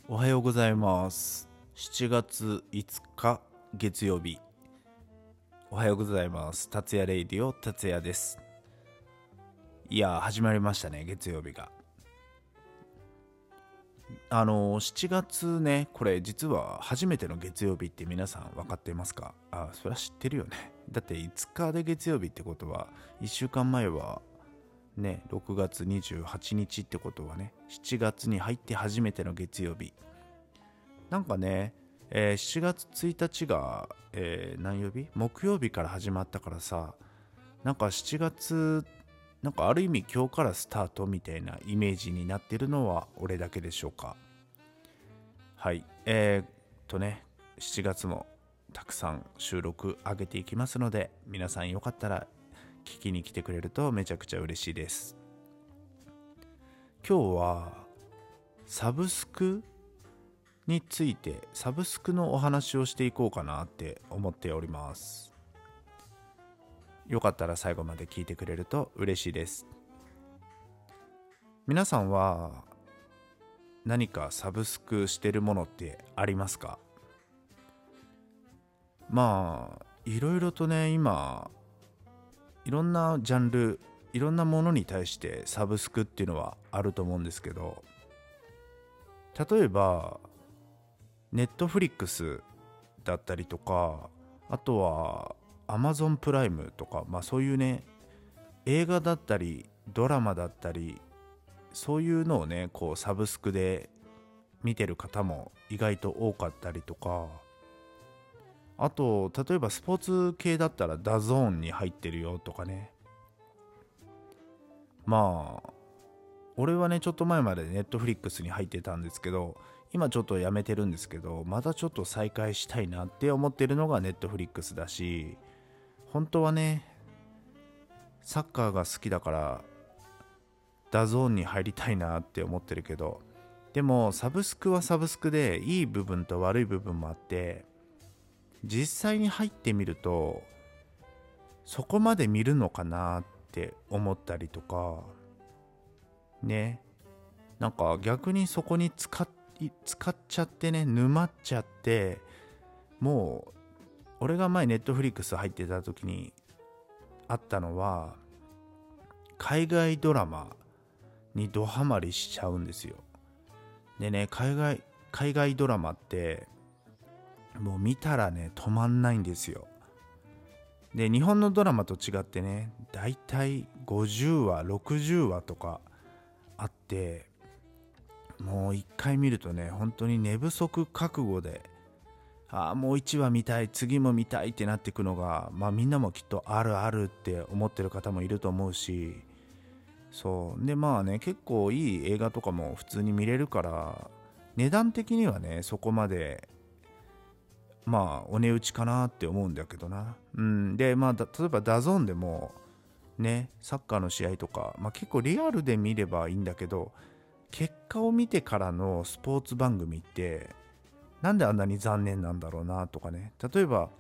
おはようございます。7月5日月曜日。おはようございます。達也レイディオ達也です。いや始まりましたね、月曜日が。7月ね、これ実は初めての月曜日って皆さん分かっていますか？それは知ってるよね。だって5日で月曜日ってことは1週間前はね、6月28日ってことはね、7月に入って初めての月曜日。なんかね、7月1日が、何曜日？木曜日から始まったからさ、なんか7月、なんかある意味今日からスタートみたいなイメージになってるのは俺だけでしょうか。はい。7月もたくさん収録上げていきますので、皆さんよかったら聞きに来てくれるとめちゃくちゃ嬉しいです。今日はサブスクについて、サブスクのお話をしていこうかなって思っております。よかったら最後まで聞いてくれると嬉しいです。皆さんは何かサブスクしてるものってありますか？いろいろとね、今いろんなジャンル、いろんなものに対してサブスクっていうのはあると思うんですけど、例えばネットフリックスだったりとか、あとはアマゾンプライムとか、そういうね、映画だったりドラマだったり、そういうのをねこうサブスクで見てる方も意外と多かったりとか、あと例えばスポーツ系だったらダゾーンに入ってるよとかね。俺はねちょっと前までネットフリックスに入ってたんですけど、今ちょっとやめてるんですけど、またちょっと再開したいなって思ってるのがネットフリックスだし、本当はねサッカーが好きだからダゾーンに入りたいなって思ってるけど、でもサブスクはサブスクでいい部分と悪い部分もあって、実際に入ってみるとそこまで見るのかなって思ったりとかね。なんか逆にそこに使っちゃってね、沼っちゃって、もう俺が前ネットフリックス入ってた時にあったのは、海外ドラマにドハマりしちゃうんですよ。でね、海外ドラマってもう見たらね止まんないんですよ。で、日本のドラマと違ってね、だいたい50話60話とかあって、もう一回見るとね本当に寝不足覚悟で、もう1話見たい、次も見たいってなっていくのが、みんなもきっとあるあるって思ってる方もいると思うし、そうで結構いい映画とかも普通に見れるから、値段的にはねそこまでお値打ちかなって思うんだけどな。で例えばダゾーンでもね、サッカーの試合とか、結構リアルで見ればいいんだけど、結果を見てからのスポーツ番組ってなんであんなに残念なんだろうなとかね。例えば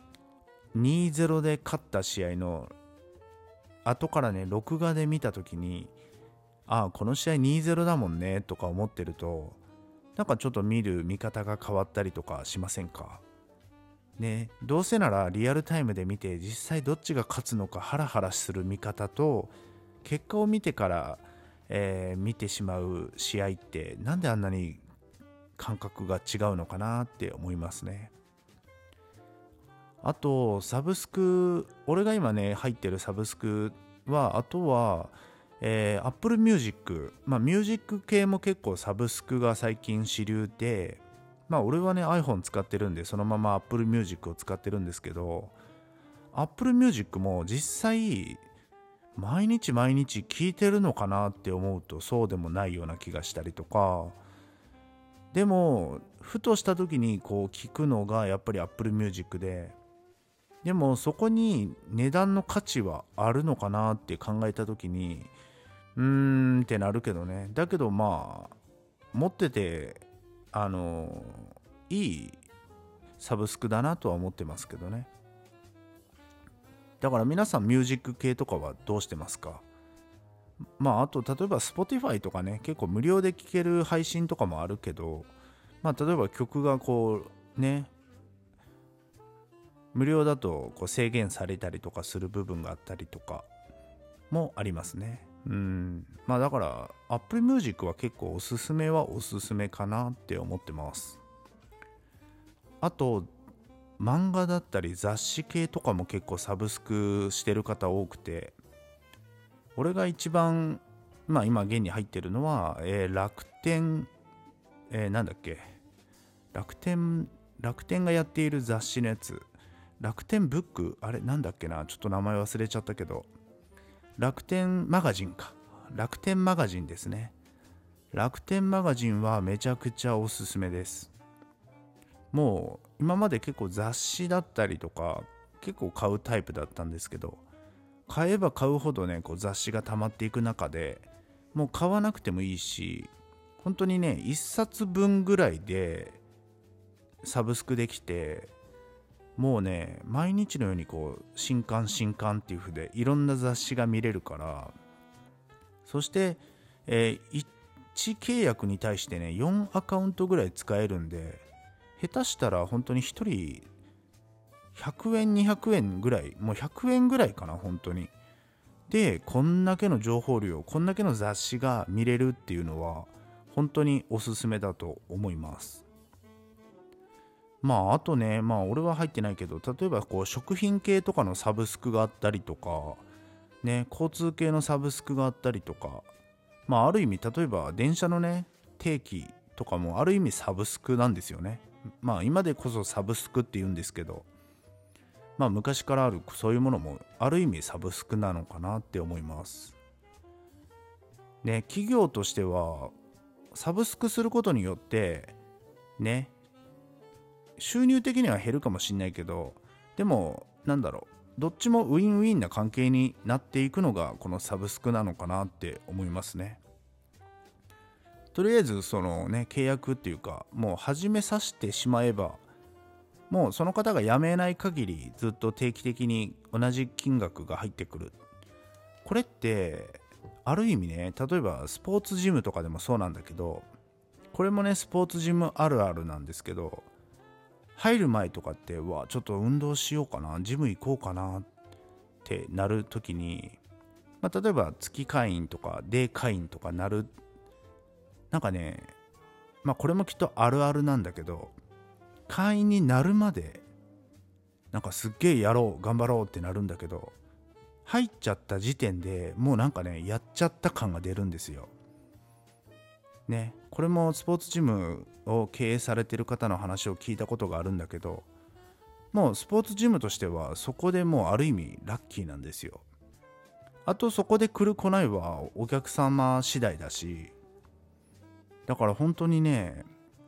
2-0 で勝った試合の後からね録画で見た時に、この試合 2-0 だもんねとか思ってると、なんかちょっと見る見方が変わったりとかしませんかね。どうせならリアルタイムで見て、実際どっちが勝つのかハラハラする見方と、結果を見てから、見てしまう試合ってなんであんなに感覚が違うのかなって思いますね。あとサブスク、俺が今ね入ってるサブスクは、あとは、Apple Music、ミュージック系も結構サブスクが最近主流で、俺はね iPhone 使ってるんでそのまま Apple Music を使ってるんですけど、 Apple Music も実際毎日毎日聴いてるのかなって思うとそうでもないような気がしたりとか、でもふとした時にこう聞くのがやっぱり Apple Music で、でもそこに値段の価値はあるのかなって考えた時にってなるけどね。だけど持ってていいサブスクだなとは思ってますけどね。だから皆さんミュージック系とかはどうしてますか？あと例えば Spotify とかね、結構無料で聴ける配信とかもあるけど、 例えば曲がこうね、無料だとこう制限されたりとかする部分があったりとかもありますね。だから Apple Music は結構おすすめかなって思ってます。あと漫画だったり雑誌系とかも結構サブスクしてる方多くて、俺が一番今現に入ってるのは、楽天、なんだっけ、楽天がやっている雑誌のやつ、楽天ブック、あれなんだっけな、ちょっと名前忘れちゃったけど、楽天マガジンですね。楽天マガジンはめちゃくちゃおすすめです。もう今まで結構雑誌だったりとか結構買うタイプだったんですけど、買えば買うほどねこう雑誌が溜まっていく中で、もう買わなくてもいいし、本当にね1冊分ぐらいでサブスクできて、もうね毎日のようにこう新刊っていう風でいろんな雑誌が見れるから、そして、1契約に対してね4アカウントぐらい使えるんで、下手したら本当に1人100円200円ぐらい、もう100円ぐらいかな本当に。でこんだけの情報量、こんだけの雑誌が見れるっていうのは本当におすすめだと思います。あとね、俺は入ってないけど、例えばこう食品系とかのサブスクがあったりとかね、交通系のサブスクがあったりとか、ある意味例えば電車のね定期とかもある意味サブスクなんですよね。今でこそサブスクって言うんですけど、昔からあるそういうものもある意味サブスクなのかなって思いますね。企業としてはサブスクすることによってね、収入的には減るかもしれないけど、でもどっちもウィンウィンな関係になっていくのがこのサブスクなのかなって思いますね。とりあえずそのね契約っていうか、もう始めさせてしまえば、もうその方が辞めない限りずっと定期的に同じ金額が入ってくる。これってある意味ね、例えばスポーツジムとかでもそうなんだけど、これもねスポーツジムあるあるなんですけど、入る前とかってちょっと運動しようかな、ジム行こうかなってなるときに、例えば月会員とかデー会員とかなる、これもきっとあるあるなんだけど、会員になるまですっげえ頑張ろうってなるんだけど、入っちゃった時点でもうやっちゃった感が出るんですよね。これもスポーツジムを経営されてる方の話を聞いたことがあるんだけど、もうスポーツジムとしてはそこでもうある意味ラッキーなんですよ。あとそこで来る来ないはお客様次第だし、だから本当にね、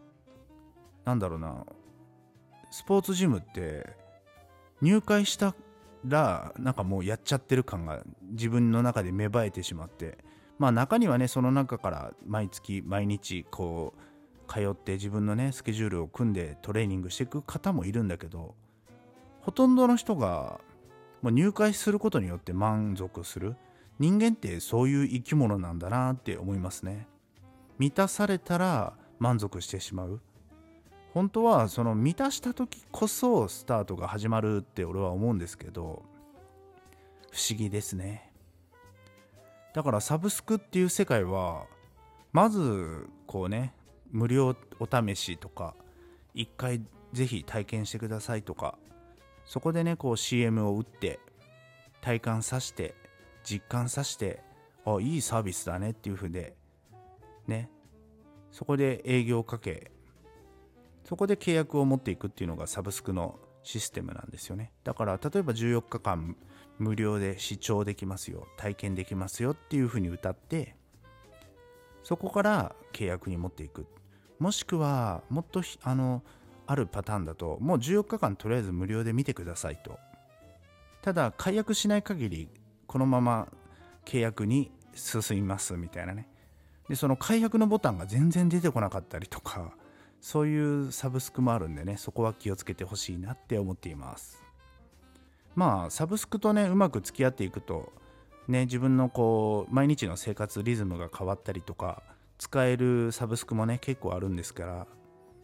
スポーツジムって入会したらもうやっちゃってる感が自分の中で芽生えてしまって、中にはねその中から毎月毎日こう通って自分のねスケジュールを組んでトレーニングしていく方もいるんだけど、ほとんどの人がもう入会することによって満足する。人間ってそういう生き物なんだなって思いますね。満たされたら満足してしまう。本当はその満たした時こそスタートが始まるって俺は思うんですけど、不思議ですね。だからサブスクっていう世界はまずこうね、無料お試しとか一回ぜひ体験してくださいとか、そこでねこう CM を打って体感させて実感させて、いいサービスだねっていう風でね、そこで営業をかけ、そこで契約を持っていくっていうのがサブスクのシステムなんですよね。だから例えば14日間無料で視聴できますよ、体験できますよっていう風に歌って、そこから契約に持っていく。もしくはもっとあるパターンだと、もう14日間とりあえず無料で見てくださいと。ただ解約しない限りこのまま契約に進みますみたいなね。でその解約のボタンが全然出てこなかったりとか、そういうサブスクもあるんでね、そこは気をつけてほしいなって思っています。サブスクとねうまく付き合っていくとね、自分のこう毎日の生活リズムが変わったりとか、使えるサブスクもね結構あるんですから、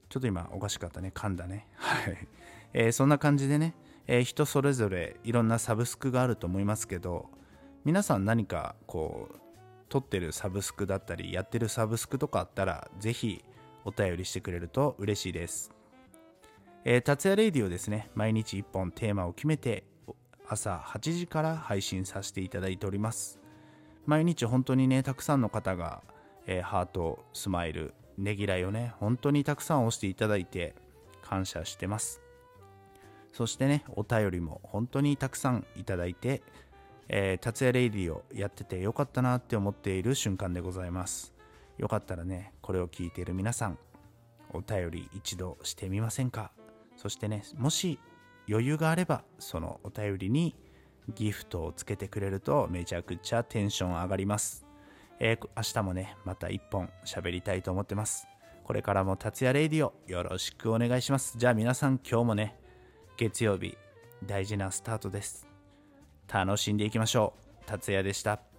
ちょっと今おかしかったね、噛んだね。はい、そんな感じでね、人それぞれいろんなサブスクがあると思いますけど、皆さん何かこう撮ってるサブスクだったりやってるサブスクとかあったらぜひお便りしてくれると嬉しいです。達也レイディオですね、毎日1本テーマを決めて朝8時から配信させていただいております。毎日本当にね、たくさんの方が、ハート、スマイル、ねぎらいをね、本当にたくさん押していただいて感謝してます。そしてね、お便りも本当にたくさんいただいて、達也レイディをやっててよかったなって思っている瞬間でございます。よかったらね、これを聞いている皆さん、お便り一度してみませんか。そしてね、もし余裕があればそのお便りにギフトをつけてくれるとめちゃくちゃテンション上がります。明日もね、また一本喋りたいと思ってます。これからも達也レイディオよろしくお願いします。じゃあ皆さん、今日もね、月曜日大事なスタートです。楽しんでいきましょう。達也でした。